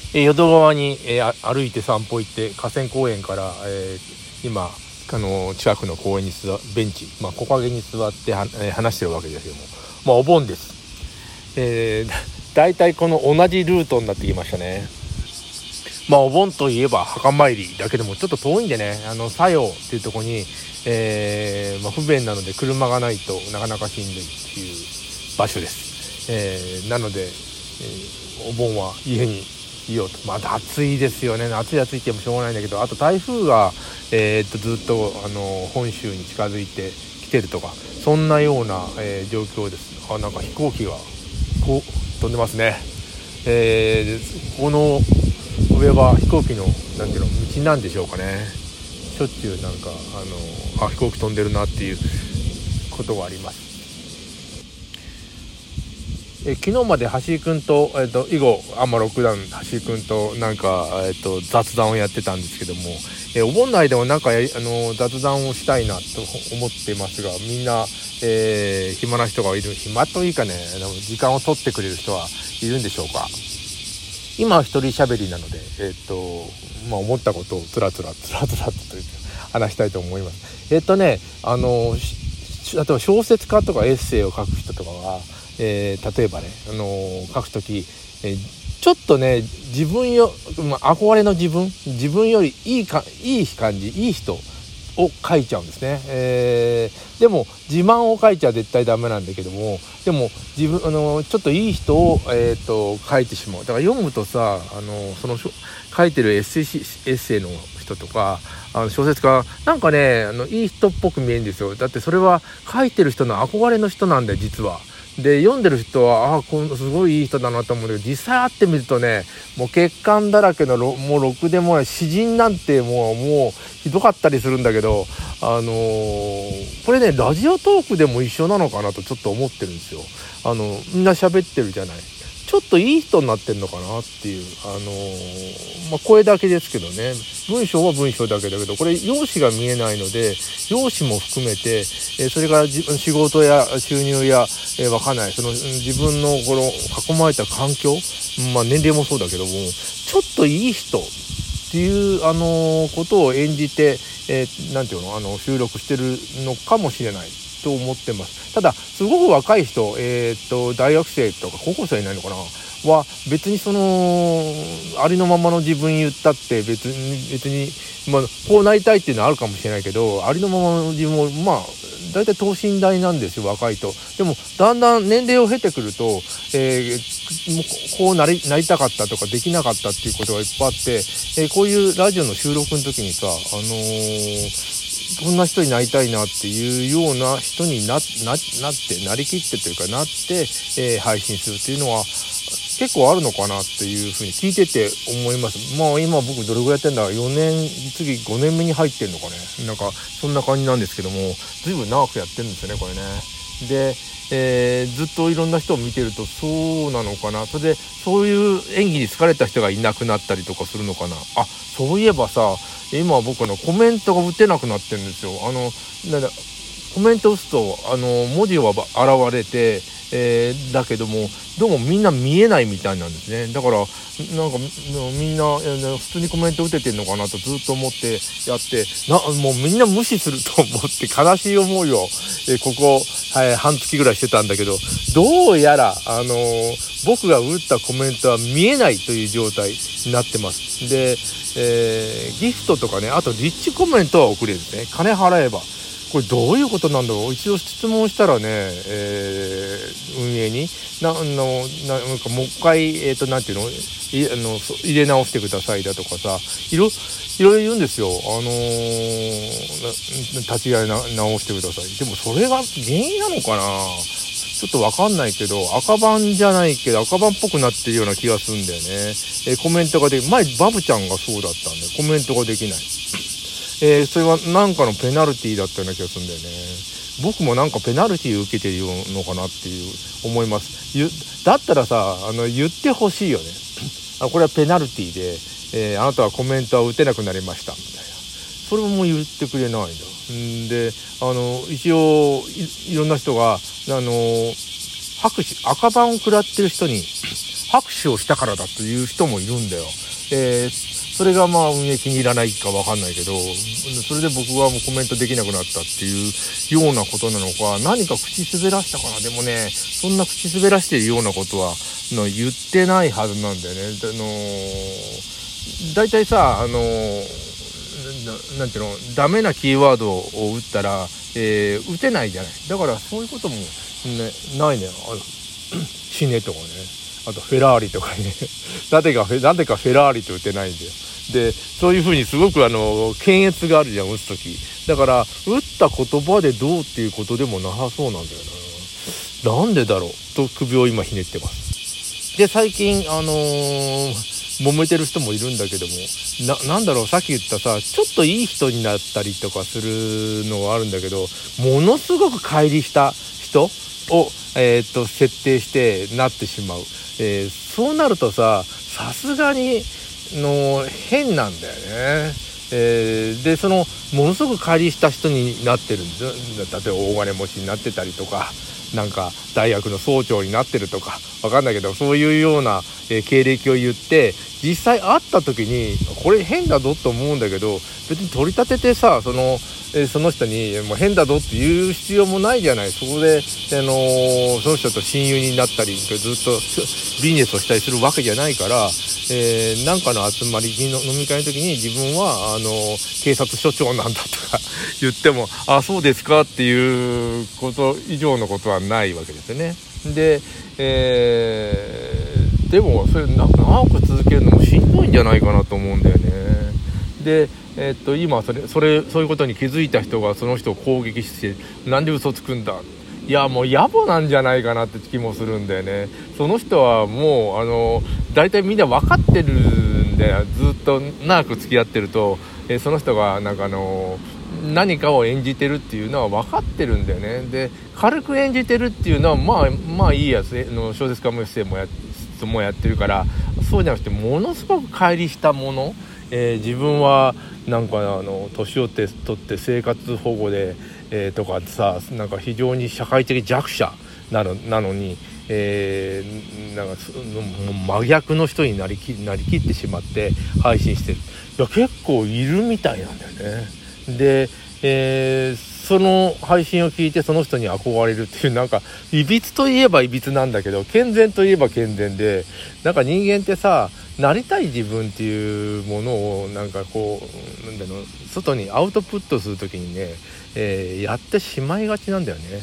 淀川に、歩いて散歩行って河川公園から、今近くの公園にベンチ、木陰に座って話してるわけですけども、お盆です。だいたいこの同じルートになってきましたね。お盆といえば墓参りだけどもちょっと遠いんでね、佐用っていうところに、不便なので車がないとなかなかしんどいっていう場所です。なので、お盆は家にいようと。暑いですよね。暑いって言ってもしょうがないんだけど、あと台風が、ずっと本州に近づいてきてるとか、そんなような、状況です。なんか飛行機がこう飛んでますね。この上は飛行機の道なんでしょうかね。しょっちゅう飛行機飛んでるなっていうことがあります。昨日まで橋井くんと、以後ロックダウン橋井くんと雑談をやってたんですけども、お盆内でも雑談をしたいなと思っていますが、みんな、暇な人がいる。暇というかね、時間を取ってくれる人はいるんでしょうか。今は一人喋りなので、思ったことをつらつらと話したいと思います。例えば小説家とかエッセイを書く人とかが、例えばね、書くとき、ちょっとね自分憧れの自分よりいい感じいい人を書いちゃうんですね。でも自慢を書いちゃ絶対ダメなんだけども、でもちょっといい人を、書いてしまう。だから読むとさ、その書いてるエッセイの人とか小説家なんかねいい人っぽく見えるんですよ。だってそれは書いてる人の憧れの人なんだよ実は。で読んでる人はすごいいい人だなと思うんだけど、実際会ってみるとね、もう欠陥だらけのもうろくでもない詩人なんてもうひどかったりするんだけど、これねラジオトークでも一緒なのかなとちょっと思ってるんですよ。みんな喋ってるじゃない。ちょっといい人になってんのかなっていう、声だけですけどね、文章は文章だけだけど、これ容姿が見えないので容姿も含めて、それから仕事や収入や、わかんないその自分のこの囲まれた環境、年齢もそうだけども、ちょっといい人っていうことを演じて、なんていうの収録してるのかもしれないと思ってます。ただすごく若い人、大学生とか高校生いないのかなは別にそのありのままの自分言ったって別に、こうなりたいっていうのはあるかもしれないけど、ありのままの自分もだいたい等身大なんですよ若いと。でもだんだん年齢を経てくると、もうこうなりたかったとかできなかったっていうことがいっぱいあって、こういうラジオの収録の時にさ、こんな人になりたいなっていうような人になりきってというかなって、配信するっていうのは結構あるのかなっていうふうに聞いてて思います。今僕どれぐらいやってんだ、4年次5年目に入ってんのかね、なんかそんな感じなんですけども、随分長くやってるんですよねこれね。で、ずっといろんな人を見てるとそうなのかな。それでそういう演技に疲れた人がいなくなったりとかするのかな。そういえばさ、今僕コメントが打てなくなってるんですよ。コメント打つと文字は現れて、だけどもどうもみんな見えないみたいなんですね。だからなんかみんな普通にコメント打ててんのかなとずっと思ってやってもうみんな無視すると思って悲しい思いを、ここ、半月ぐらいしてたんだけど、どうやら僕が打ったコメントは見えないという状態になってます。で、ギフトとかね、あとリッチコメントは送れるんですね。金払えば。これどういうことなんだろう。一度質問したらね、運営になんかもう一回なんていうの入れ直してくださいだとかさ、いろいろ言うんですよ。立ち会い直してください。でもそれが原因なのかな、ちょっとわかんないけど、赤番じゃないけど赤番っぽくなってるような気がするんだよね。コメントが前バブちゃんがそうだったんでコメントができない。それはなんかのペナルティーだったような気がするんだよね。僕もなんかペナルティーを受けてるのかなっていう思います。だったらさ言ってほしいよね。これはペナルティーで、あなたはコメントは打てなくなりましたみたいな。それも言ってくれないんだ。で一応 いろんな人が拍手赤番を食らってる人に拍手をしたからだという人もいるんだよ。それがまあ運営気に入らないかわかんないけど、それで僕はもうコメントできなくなったっていうようなことなのか、何か口滑らしたかな。でもね、そんな口滑らしているようなことは言ってないはずなんだよね。だいたいさ、なんていうの、ダメなキーワードを打ったら、打てないじゃない。だからそういうことも、ね、ないね。死ねとかね。あとフェラーリとかね。なぜかフェラーリと打てないんだよ。で、そういう風にすごく検閲があるじゃん、打つとき。だから、打った言葉でどうっていうことでもなさそうなんだよな。なんでだろうと首を今ひねってます。で、最近、揉めてる人もいるんだけども、なんだろう、さっき言ったさ、ちょっといい人になったりとかするのはあるんだけど、ものすごく乖離した人を、設定してなってしまう。そうなるとさすがに変なんだよね。でものすごく乖離した人になってるんですよ。例えば大金持ちになってたりとか、なんか大学の総長になってるとかわかんないけど、そういうような、経歴を言って実際会った時にこれ変だぞと思うんだけど、別に取り立ててさその人にもう変だぞって言う必要もないじゃない。そこで、その人と親友になったりずっとビジネスをしたりするわけじゃないから、なんかの集まり飲み会の時に自分は警察署長なんだとか言っても、あ、そうですかっていうこと以上のことはないわけですよね。で、でもそれ長く続けるのもしんどいんじゃないかなと思うんだよね。で今そういうことに気づいた人がその人を攻撃して、なんで嘘つくんだ、いやもう野暮なんじゃないかなって気もするんだよね。その人はもう大体みんな分かってるんで、ずっと長く付き合ってると、その人がなんか何かを演じてるっていうのは分かってるんだよね。で軽く演じてるっていうのはまあいいやつ小説家ももやってるから、そうじゃなくてものすごく乖離したもの、自分はなんか年を取って生活保護で、とかさ、なんか非常に社会的弱者なのに、なんか真逆の人になりきってしまって配信してる。いや結構いるみたいなんだよね。で、その配信を聞いてその人に憧れるっていう、なんかいびつといえばいびつなんだけど健全といえば健全で、なんか人間ってさ、なりたい自分っていうものをなんかこうなんだろう、外にアウトプットするときにね、やってしまいがちなんだよね。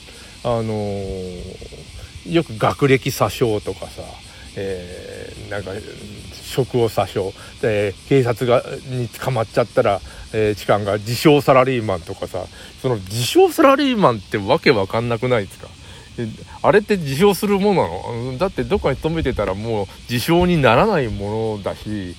よく学歴詐称とかさ、なんか職を詐称で警察に捕まっちゃったら、痴漢が自称サラリーマンとかさ、その自称サラリーマンってわけわかんなくないですか。あれって自称するものなの？だってどっかに勤めてたらもう自称にならないものだし、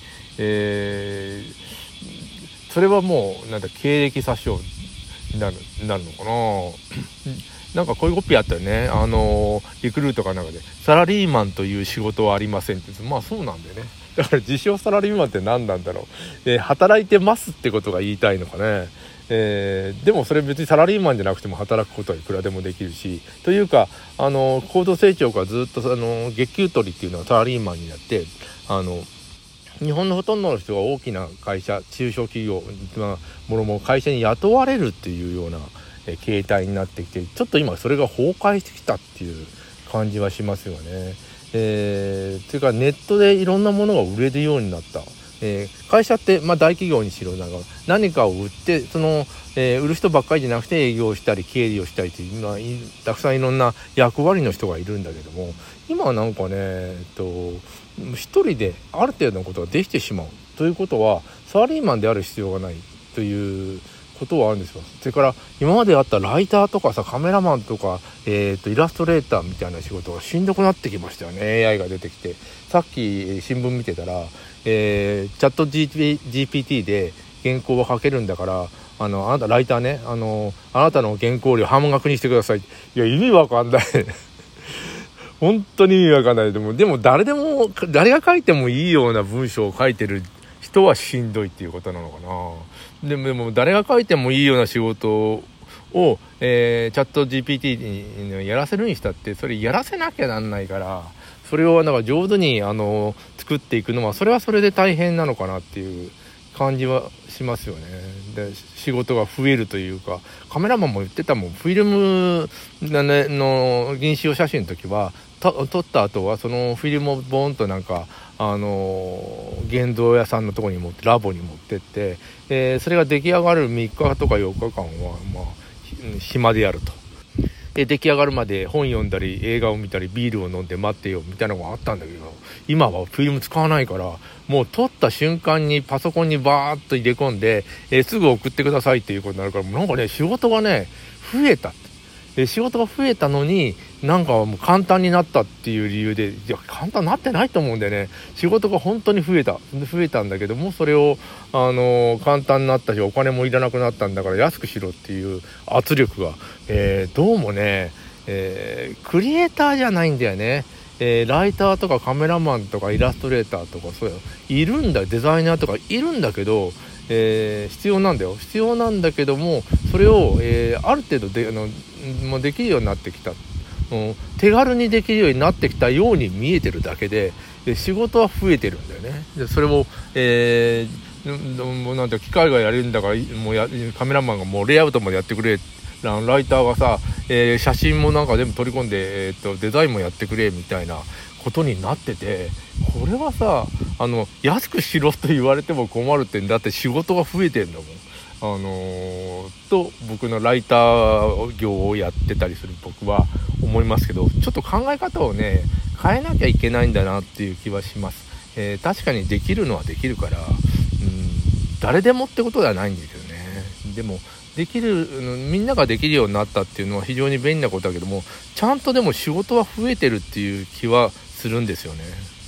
それはもうなんだ経歴詐称になるのかな。なんかこういうコピーあったよね。リクルートかなんかでサラリーマンという仕事はありませんって。まあそうなんだよね。だから自称サラリーマンって何なんだろう。働いてますってことが言いたいのかね。でもそれ別にサラリーマンじゃなくても働くことはいくらでもできるし、というか高度成長からずっと月給取りっていうのはサラリーマンになって、日本のほとんどの人が大きな会社、中小企業、も会社に雇われるっていうような形態になってきて、ちょっと今それが崩壊してきたっていう感じはしますよね。というかネットでいろんなものが売れるようになった。会社って、大企業にしろ何かを売って売る人ばっかりじゃなくて営業したり経理をしたりっていうたくさんいろんな役割の人がいるんだけども、今はなんかね一人である程度のことができてしまうということはサラリーマンである必要がないということはあるんですよ。それから今まであったライターとかさ、カメラマンとか、イラストレーターみたいな仕事がしんどくなってきましたよね。 AI が出てきて、さっき新聞見てたら、チャット GPT で原稿を書けるんだから、あなたライターね、あなたの原稿料半額にしてください。いや意味わかんない本当に意味わかんない。でも誰が書いてもいいような文章を書いてる人はしんどいっていうことなのかな。でも誰が書いてもいいような仕事を、チャット GPT にやらせるにしたって、それやらせなきゃなんないから、 それをなんか上手に作っていくのはそれはそれで大変なのかなっていう感じはしますよね。で仕事が増えるというか、カメラマンも言ってたもん。フィルムの臨床写真の時は撮った後はそのフィルムをボーンとなんか現像屋さんのところにラボに持ってって、それが出来上がる3日とか4日間は暇でやると。出来上がるまで本読んだり映画を見たりビールを飲んで待ってよみたいなのがあったんだけど、今はフィルム使わないからもう撮った瞬間にパソコンにバーッと入れ込んで、すぐ送ってくださいっていうことになるから、なんかね仕事がね増えた。仕事が増えたのになんかもう簡単になったっていう理由で、いや簡単になってないと思うんでね。仕事が本当に増えたんだけども、それを簡単になったしお金もいらなくなったんだから安くしろっていう圧力が、どうもね、クリエイターじゃないんだよね。ライターとかカメラマンとかイラストレーターとかそういるんだ、デザイナーとかいるんだけど、必要なんだけども、それを、ある程度できるようになってきた、手軽にできるようになってきたように見えてるだけで、仕事は増えてるんだよね。でそれも、なんて機械がやれるんだからもうカメラマンがもうレイアウトまでやってくれ、ライターがさ、写真もなんか全部取り込んで、デザインもやってくれみたいなことになってて、これはさ安くしろと言われても困るってんだって、仕事が増えてんだもん。と僕のライター業をやってたりする僕は思いますけど、ちょっと考え方をね変えなきゃいけないんだなっていう気はします。確かにできるのはできるから、誰でもってことではないんですよね。でもできるみんなができるようになったっていうのは非常に便利なことだけども、ちゃんとでも仕事は増えてるっていう気はするんですよね。